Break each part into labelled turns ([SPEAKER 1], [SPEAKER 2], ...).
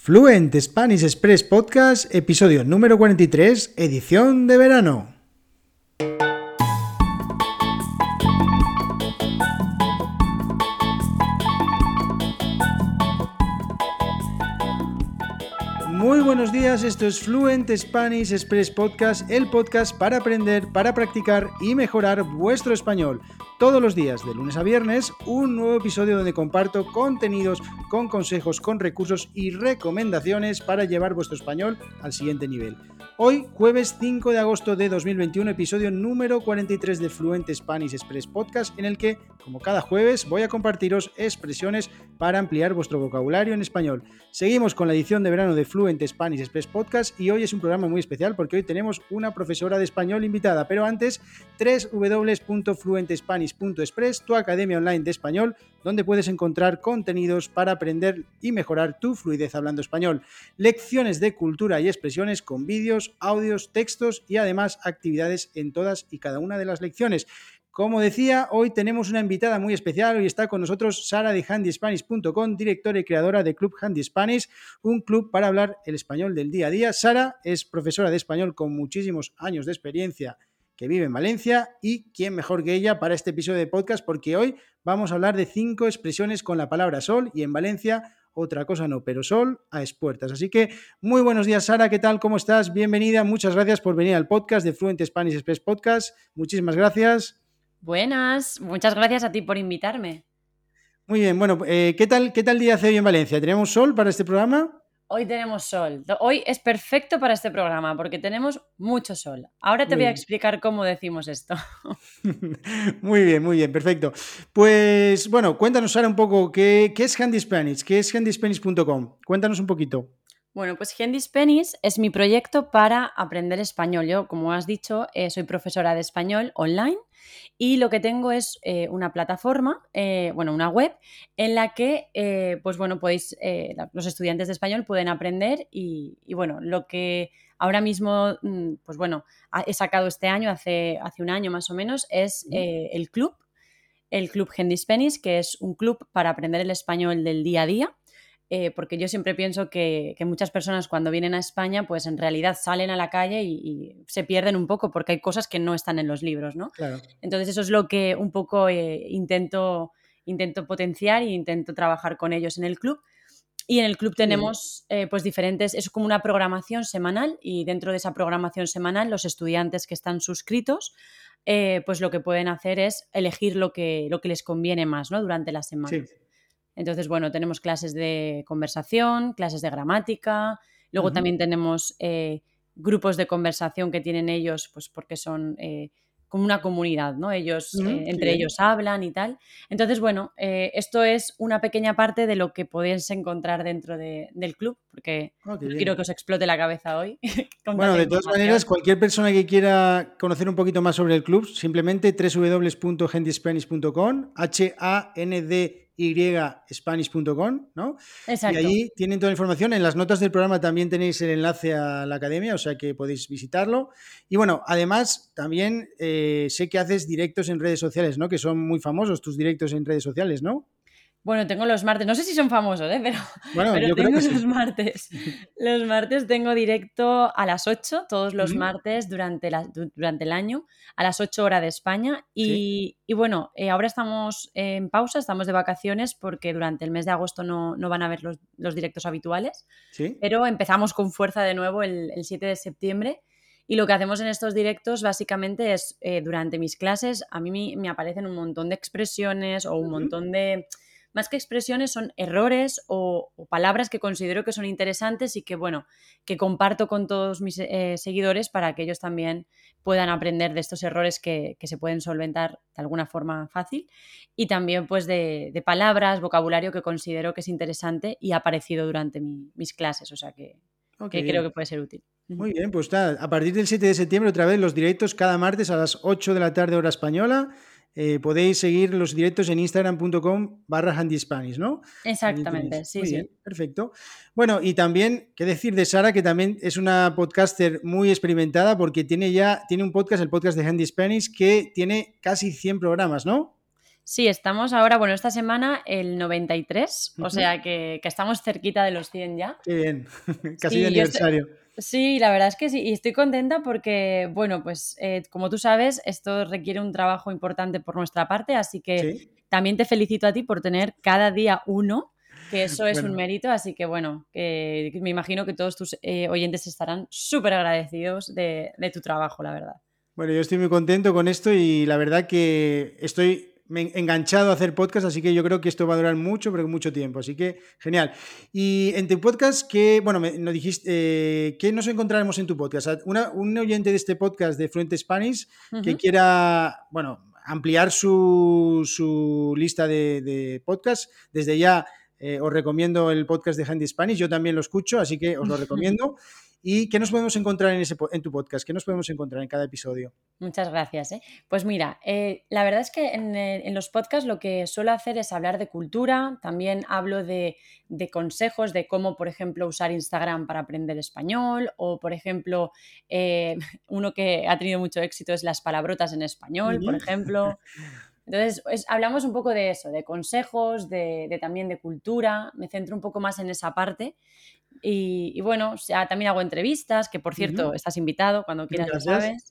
[SPEAKER 1] Fluent Spanish Express Podcast, episodio número 43, edición de verano. Muy buenos días, esto es Fluent Spanish Express Podcast, el podcast para aprender, para practicar y mejorar vuestro español. Todos los días, de lunes a viernes, un nuevo episodio donde comparto contenidos con consejos, con recursos y recomendaciones para llevar vuestro español al siguiente nivel. Hoy, jueves 5 de agosto de 2021, episodio número 43 de Fluent Spanish Express Podcast, en el que, como cada jueves, voy a compartiros expresiones para ampliar vuestro vocabulario en español. Seguimos con la edición de verano de Fluent Spanish Express Podcast y hoy es un programa muy especial porque hoy tenemos una profesora de español invitada, pero antes, www.fluentespanish.express, tu academia online de español, donde puedes encontrar contenidos para aprender y mejorar tu fluidez hablando español, lecciones de cultura y expresiones con vídeos, audios, textos y además actividades en todas y cada una de las lecciones. Como decía, hoy tenemos una invitada muy especial. Hoy está con nosotros Sara de handyspanish.com, directora y creadora de Club Handy Spanish, un club para hablar el español del día a día. Sara es profesora de español con muchísimos años de experiencia que vive en Valencia y quién mejor que ella para este episodio de podcast, porque hoy vamos a hablar de 5 expresiones con la palabra sol y en Valencia otra cosa no, pero sol a expuertas. Así que muy buenos días, Sara, ¿qué tal? ¿Cómo estás? Bienvenida, muchas gracias por venir al podcast de Fluent Spanish Express Podcast. Muchísimas gracias.
[SPEAKER 2] Buenas, muchas gracias a ti por invitarme.
[SPEAKER 1] Muy bien, bueno, ¿qué tal día hace hoy en Valencia? ¿Tenemos sol para este programa?
[SPEAKER 2] Hoy tenemos sol. Hoy es perfecto para este programa porque tenemos mucho sol. Ahora te
[SPEAKER 1] Muy
[SPEAKER 2] voy a
[SPEAKER 1] bien.
[SPEAKER 2] explicar cómo decimos esto.
[SPEAKER 1] Muy bien, perfecto. Pues bueno, cuéntanos, Sara, un poco qué es Handy Spanish, qué es handyspanish.com. Cuéntanos un poquito.
[SPEAKER 2] Bueno, pues Handy Spanish es mi proyecto para aprender español. Yo, como has dicho, soy profesora de español online y lo que tengo es una plataforma, una web en la que, podéis, los estudiantes de español pueden aprender y bueno, lo que ahora mismo, he sacado este año, hace un año más o menos, es el club Handy Spanish, que es un club para aprender el español del día a día. Porque yo siempre pienso que muchas personas cuando vienen a España pues en realidad salen a la calle y se pierden un poco porque hay cosas que no están en los libros, ¿no?
[SPEAKER 1] Claro.
[SPEAKER 2] Entonces eso es lo que un poco intento potenciar e intento trabajar con ellos en el club. Y en el club tenemos pues diferentes, es como una programación semanal y dentro de esa programación semanal los estudiantes que están suscritos pues lo que pueden hacer es elegir lo que les conviene más, ¿no? Durante la semana.
[SPEAKER 1] Sí.
[SPEAKER 2] Entonces, bueno, tenemos clases de conversación, clases de gramática, luego también tenemos grupos de conversación que tienen ellos, pues porque son como una comunidad, ¿no? Ellos, entre ellos hablan y tal. Entonces, bueno, esto es una pequeña parte de lo que podéis encontrar dentro del club, porque no quiero que os explote la cabeza hoy con
[SPEAKER 1] Bueno,
[SPEAKER 2] tanta
[SPEAKER 1] de todas
[SPEAKER 2] información.
[SPEAKER 1] maneras, cualquier persona que quiera conocer un poquito más sobre el club, simplemente www.handyspanish.com, handyspanish.com, ¿no?
[SPEAKER 2] Exacto.
[SPEAKER 1] Y allí tienen toda la información. En las notas del programa también tenéis el enlace a la academia, o sea que podéis visitarlo. Y bueno, además, también sé que haces directos en redes sociales, ¿no? Que son muy famosos tus directos en redes sociales, ¿no?
[SPEAKER 2] Bueno, tengo los martes, no sé si son famosos,
[SPEAKER 1] Bueno,
[SPEAKER 2] pero
[SPEAKER 1] yo creo
[SPEAKER 2] tengo
[SPEAKER 1] que sí.
[SPEAKER 2] los martes. Los martes tengo directo a las 8, todos los martes durante el año, a las 8 horas de España.
[SPEAKER 1] Sí,
[SPEAKER 2] Y bueno, ahora estamos en pausa, estamos de vacaciones porque durante el mes de agosto no van a haber los directos habituales,
[SPEAKER 1] sí.
[SPEAKER 2] pero empezamos con fuerza de nuevo el 7 de septiembre. Y lo que hacemos en estos directos básicamente es, durante mis clases, a mí me aparecen un montón de expresiones o un montón de... Más que expresiones son errores o palabras que considero que son interesantes y que, bueno, que comparto con todos mis seguidores para que ellos también puedan aprender de estos errores que se pueden solventar de alguna forma fácil y también pues de palabras, vocabulario que considero que es interesante y ha aparecido durante mis clases, o sea que
[SPEAKER 1] Qué
[SPEAKER 2] creo
[SPEAKER 1] bien.
[SPEAKER 2] que puede ser útil.
[SPEAKER 1] Muy bien, pues nada, a partir del 7 de septiembre otra vez los directos cada martes a las 8 de la tarde hora española. Podéis seguir los directos en instagram.com/handyspanish, ¿no? Allí tenéis.
[SPEAKER 2] Exactamente, sí,
[SPEAKER 1] Muy
[SPEAKER 2] sí.
[SPEAKER 1] bien, perfecto. Bueno, y también, qué decir de Sara, que también es una podcaster muy experimentada porque tiene un podcast, el podcast de Handy Spanish, que tiene casi 100 programas, ¿no?
[SPEAKER 2] Sí, estamos ahora, bueno, esta semana el 93, o
[SPEAKER 1] Ujú.
[SPEAKER 2] sea que estamos cerquita de los 100 ya.
[SPEAKER 1] Qué bien, casi de
[SPEAKER 2] Sí,
[SPEAKER 1] aniversario.
[SPEAKER 2] sí, la verdad es que sí, y estoy contenta porque, bueno, pues como tú sabes, esto requiere un trabajo importante por nuestra parte, así que
[SPEAKER 1] Sí,
[SPEAKER 2] también te felicito a ti por tener cada día uno, que eso es un
[SPEAKER 1] bueno.
[SPEAKER 2] mérito, así que bueno, que me imagino que todos tus oyentes estarán súper agradecidos de tu trabajo, la verdad.
[SPEAKER 1] Bueno, yo estoy muy contento con esto y la verdad que estoy enganchado a hacer podcast, así que yo creo que esto va a durar mucho, pero mucho tiempo. Así que genial. Y en tu podcast, ¿qué, bueno, nos dijiste, ¿qué nos encontraremos en tu podcast? Un oyente de este podcast de Fluent Spanish que
[SPEAKER 2] Ujú.
[SPEAKER 1] quiera, bueno, ampliar su lista de podcasts, desde ya os recomiendo el podcast de Handy Spanish, yo también lo escucho, así que os lo recomiendo. ¿Y qué nos podemos encontrar en tu podcast? ¿Qué nos podemos encontrar en cada episodio?
[SPEAKER 2] Muchas gracias, ¿eh? Pues mira, la verdad es que en los podcasts lo que suelo hacer es hablar de cultura, también hablo de consejos de cómo, por ejemplo, usar Instagram para aprender español o, por ejemplo, eh, uno que ha tenido mucho éxito es las palabrotas en español, por
[SPEAKER 1] Ujú.
[SPEAKER 2] ejemplo. Entonces, hablamos un poco de eso, de consejos, también de cultura, me centro un poco más en esa parte y bueno, o sea, también hago entrevistas, que por
[SPEAKER 1] Ujú.
[SPEAKER 2] cierto, estás invitado cuando quieras, ya
[SPEAKER 1] Gracias.
[SPEAKER 2] sabes.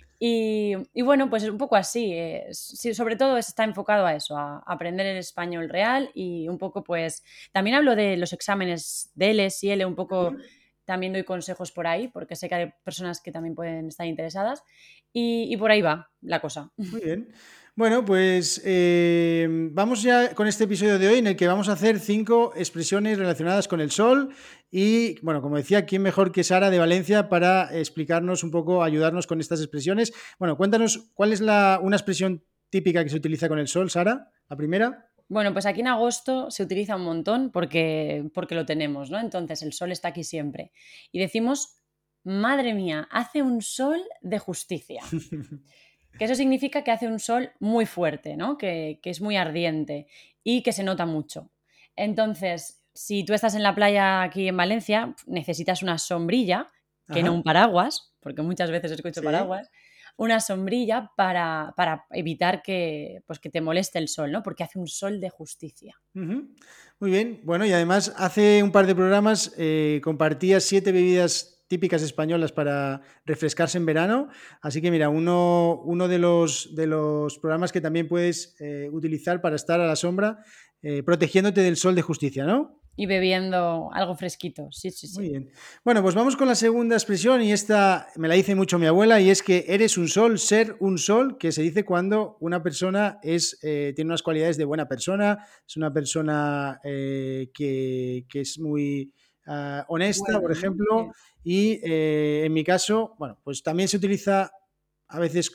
[SPEAKER 2] Y bueno, pues es un poco así. Sí, sobre todo está enfocado a eso, a aprender el español real y un poco, pues, también hablo de los exámenes DELES y L, un poco
[SPEAKER 1] Ujú.
[SPEAKER 2] también doy consejos por ahí, porque sé que hay personas que también pueden estar interesadas y por ahí va la cosa.
[SPEAKER 1] Muy bien. Bueno, pues vamos ya con este episodio de hoy en el que vamos a hacer 5 expresiones relacionadas con el sol y, bueno, como decía, ¿quién mejor que Sara de Valencia para explicarnos un poco, ayudarnos con estas expresiones? Bueno, cuéntanos, ¿cuál es una expresión típica que se utiliza con el sol, Sara? La primera.
[SPEAKER 2] Bueno, pues aquí en agosto se utiliza un montón porque lo tenemos, ¿no? Entonces el sol está aquí siempre. Y decimos, madre mía, hace un sol de justicia. Que eso significa que hace un sol muy fuerte, ¿no? Que es muy ardiente y que se nota mucho. Entonces, si tú estás en la playa aquí en Valencia, necesitas una sombrilla, que no
[SPEAKER 1] Ajá.
[SPEAKER 2] un paraguas, porque muchas veces escucho
[SPEAKER 1] Sí.
[SPEAKER 2] paraguas, una sombrilla para evitar que te moleste el sol, ¿no? Porque hace un sol de justicia.
[SPEAKER 1] Ujú. Muy bien. Bueno, y además hace un par de programas compartías 7 bebidas típicas españolas para refrescarse en verano. Así que mira, uno de los programas que también puedes utilizar para estar a la sombra, protegiéndote del sol de justicia, ¿no?
[SPEAKER 2] Y bebiendo algo fresquito, sí, sí,
[SPEAKER 1] Muy
[SPEAKER 2] sí.
[SPEAKER 1] bien. Bueno, pues vamos con la segunda expresión y esta me la dice mucho mi abuela y es que eres un sol, ser un sol, que se dice cuando una persona tiene unas cualidades de buena persona, es una persona que es muy honesta,
[SPEAKER 2] Buena,
[SPEAKER 1] por
[SPEAKER 2] ¿no?
[SPEAKER 1] ejemplo,
[SPEAKER 2] Sí.
[SPEAKER 1] y en mi caso, bueno, pues también se utiliza a veces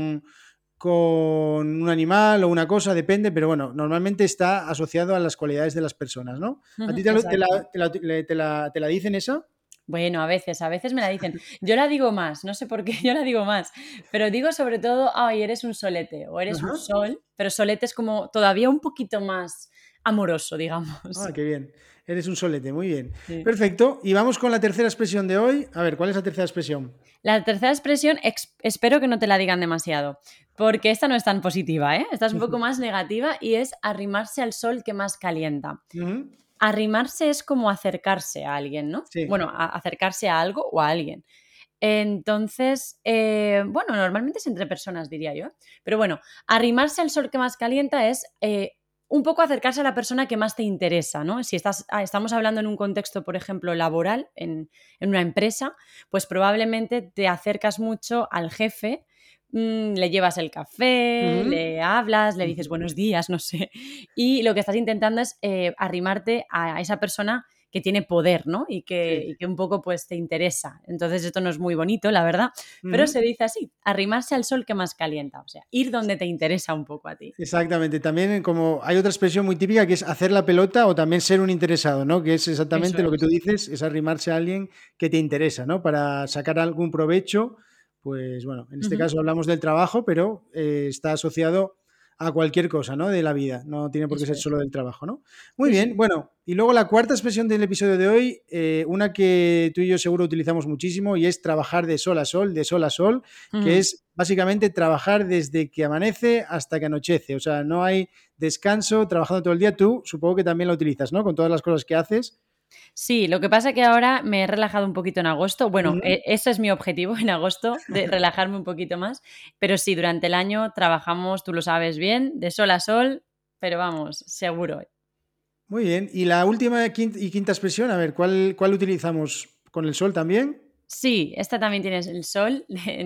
[SPEAKER 1] con un animal o una cosa, depende, pero bueno, normalmente está asociado a las cualidades de las personas, ¿no? ¿A ti
[SPEAKER 2] Exacto.
[SPEAKER 1] te la dicen esa?
[SPEAKER 2] Bueno, a veces me la dicen. Yo la digo más, no sé por qué yo la digo más, pero digo sobre todo, ay, eres un solete o eres un
[SPEAKER 1] Ajá.
[SPEAKER 2] sol, pero solete es como todavía un poquito más amoroso,
[SPEAKER 1] Ah,
[SPEAKER 2] digamos.
[SPEAKER 1] qué bien. Eres un solete, muy bien.
[SPEAKER 2] Sí.
[SPEAKER 1] Perfecto. Y vamos con la tercera expresión de hoy. A ver, ¿cuál es la tercera expresión?
[SPEAKER 2] La tercera expresión, espero que no te la digan demasiado, porque esta no es tan positiva, ¿eh? Esta es un poco más negativa y es arrimarse al sol que más calienta.
[SPEAKER 1] Ujú.
[SPEAKER 2] Arrimarse es como acercarse a alguien, ¿no?
[SPEAKER 1] Sí.
[SPEAKER 2] Bueno, acercarse a algo o a alguien. Entonces, bueno, normalmente es entre personas, diría yo. Pero bueno, arrimarse al sol que más calienta es un poco acercarse a la persona que más te interesa, ¿no? Si estamos hablando en un contexto, por ejemplo, laboral, en una empresa, pues probablemente te acercas mucho al jefe, le llevas el café,
[SPEAKER 1] Ujú.
[SPEAKER 2] le hablas, le dices buenos días, no sé. Y lo que estás intentando es arrimarte a esa persona que tiene poder, ¿no?
[SPEAKER 1] Sí.
[SPEAKER 2] Y que un poco pues te interesa. Entonces esto no es muy bonito, la verdad, pero
[SPEAKER 1] Ujú.
[SPEAKER 2] se dice así, arrimarse al sol que más calienta, o sea, ir donde te interesa un poco a ti.
[SPEAKER 1] Exactamente. También como hay otra expresión muy típica que es hacer la pelota o también ser un interesado, ¿no? Que es
[SPEAKER 2] Eso
[SPEAKER 1] exactamente lo que tú
[SPEAKER 2] es.
[SPEAKER 1] dices, es arrimarse a alguien que te interesa, ¿no? Para sacar algún provecho. Pues bueno, en este
[SPEAKER 2] Ujú.
[SPEAKER 1] caso hablamos del trabajo, pero está asociado a cualquier cosa, ¿no? De la vida. No tiene por qué
[SPEAKER 2] Eso
[SPEAKER 1] ser
[SPEAKER 2] es.
[SPEAKER 1] solo del trabajo, ¿no? Muy
[SPEAKER 2] Sí, sí.
[SPEAKER 1] bien, bueno, y luego la cuarta expresión del episodio de hoy, una que tú y yo seguro utilizamos muchísimo y es trabajar de sol a sol, de sol a sol, que
[SPEAKER 2] Ujú.
[SPEAKER 1] es básicamente trabajar desde que amanece hasta que anochece. O sea, no hay descanso, trabajando todo el día. Tú supongo que también la utilizas, ¿no? Con todas las cosas que haces.
[SPEAKER 2] Sí, lo que pasa es que ahora me he relajado un poquito en agosto. Bueno,
[SPEAKER 1] Ujú.
[SPEAKER 2] ese es mi objetivo en agosto, de relajarme un poquito más. Pero sí, durante el año trabajamos, tú lo sabes bien, de sol a sol, pero vamos, seguro.
[SPEAKER 1] Muy bien. Y la última y quinta expresión, a ver, ¿cuál utilizamos con el sol también?
[SPEAKER 2] Sí, esta también tienes el sol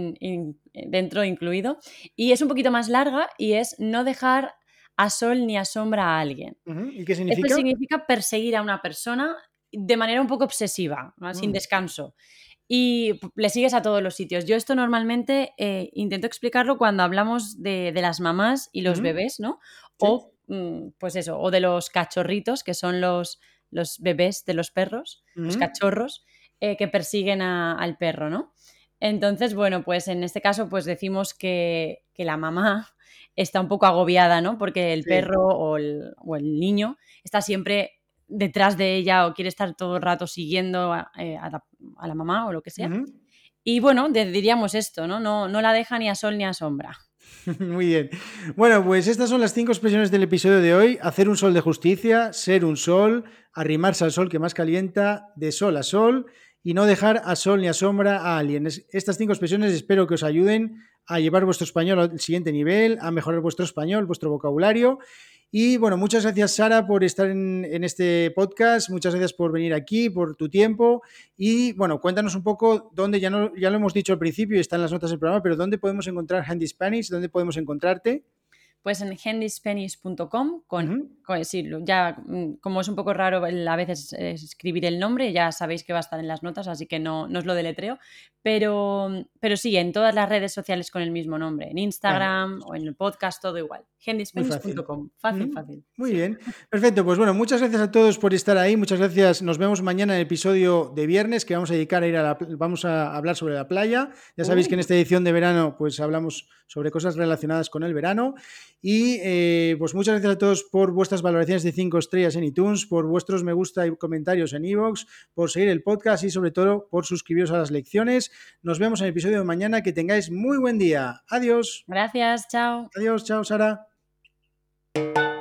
[SPEAKER 2] dentro incluido. Y es un poquito más larga y es no dejar a sol ni a sombra a alguien.
[SPEAKER 1] Ujú. ¿Y qué
[SPEAKER 2] Esto
[SPEAKER 1] significa?
[SPEAKER 2] significa perseguir a una persona de manera un poco obsesiva, ¿no? Sin
[SPEAKER 1] Mm,
[SPEAKER 2] descanso. Y le sigues a todos los sitios. Yo esto normalmente intento explicarlo cuando hablamos de las mamás y los
[SPEAKER 1] ujú.
[SPEAKER 2] bebés, ¿no?
[SPEAKER 1] Sí.
[SPEAKER 2] O, pues eso, o de los cachorritos, que son los bebés de los perros, los
[SPEAKER 1] Ujú.
[SPEAKER 2] cachorros, que persiguen al perro, ¿no? Entonces, bueno, pues en este caso, pues decimos que la mamá está un poco agobiada, ¿no? Porque el
[SPEAKER 1] Sí.
[SPEAKER 2] perro o el niño está siempre detrás de ella o quiere estar todo el rato siguiendo a la mamá o lo que sea.
[SPEAKER 1] Ujú.
[SPEAKER 2] Y bueno, diríamos esto, ¿no? No la deja ni a sol ni a sombra.
[SPEAKER 1] Muy bien. Bueno, pues estas son las 5 expresiones del episodio de hoy. Hacer un sol de justicia, ser un sol, arrimarse al sol que más calienta, de sol a sol y no dejar a sol ni a sombra a alguien. Estas 5 expresiones espero que os ayuden a llevar vuestro español al siguiente nivel, a mejorar vuestro español, vuestro vocabulario. Y bueno, muchas gracias Sara por estar en este podcast, muchas gracias por venir aquí, por tu tiempo y bueno, cuéntanos un poco dónde, ya lo hemos dicho al principio y está en las notas del programa, pero dónde podemos encontrar Handy Spanish, dónde podemos encontrarte.
[SPEAKER 2] Pues en handyspanish.com,
[SPEAKER 1] Ujú.
[SPEAKER 2] sí, ya como es un poco raro a veces escribir el nombre, ya sabéis que va a estar en las notas, así que no os lo deletreo, pero sí, en todas las redes sociales con el mismo nombre, en
[SPEAKER 1] Vale,
[SPEAKER 2] Instagram o en el podcast, todo igual.
[SPEAKER 1] muy fácil.
[SPEAKER 2] handyspanish.com, fácil,
[SPEAKER 1] Ujú.
[SPEAKER 2] fácil,
[SPEAKER 1] Muy
[SPEAKER 2] sí.
[SPEAKER 1] bien, perfecto. Pues bueno, muchas gracias a todos por estar ahí. Muchas gracias. Nos vemos mañana en el episodio de viernes que vamos a dedicar a vamos a hablar sobre la playa. Ya sabéis que en
[SPEAKER 2] Uh,
[SPEAKER 1] esta edición de verano pues hablamos sobre cosas relacionadas con el verano. Y pues muchas gracias a todos por vuestras valoraciones de 5 estrellas en iTunes, por vuestros me gusta y comentarios en iVoox, por seguir el podcast y sobre todo por suscribiros a las lecciones. Nos vemos en el episodio de mañana. Que tengáis muy buen día. Adiós.
[SPEAKER 2] Gracias, chao.
[SPEAKER 1] Adiós. Chao, Sara.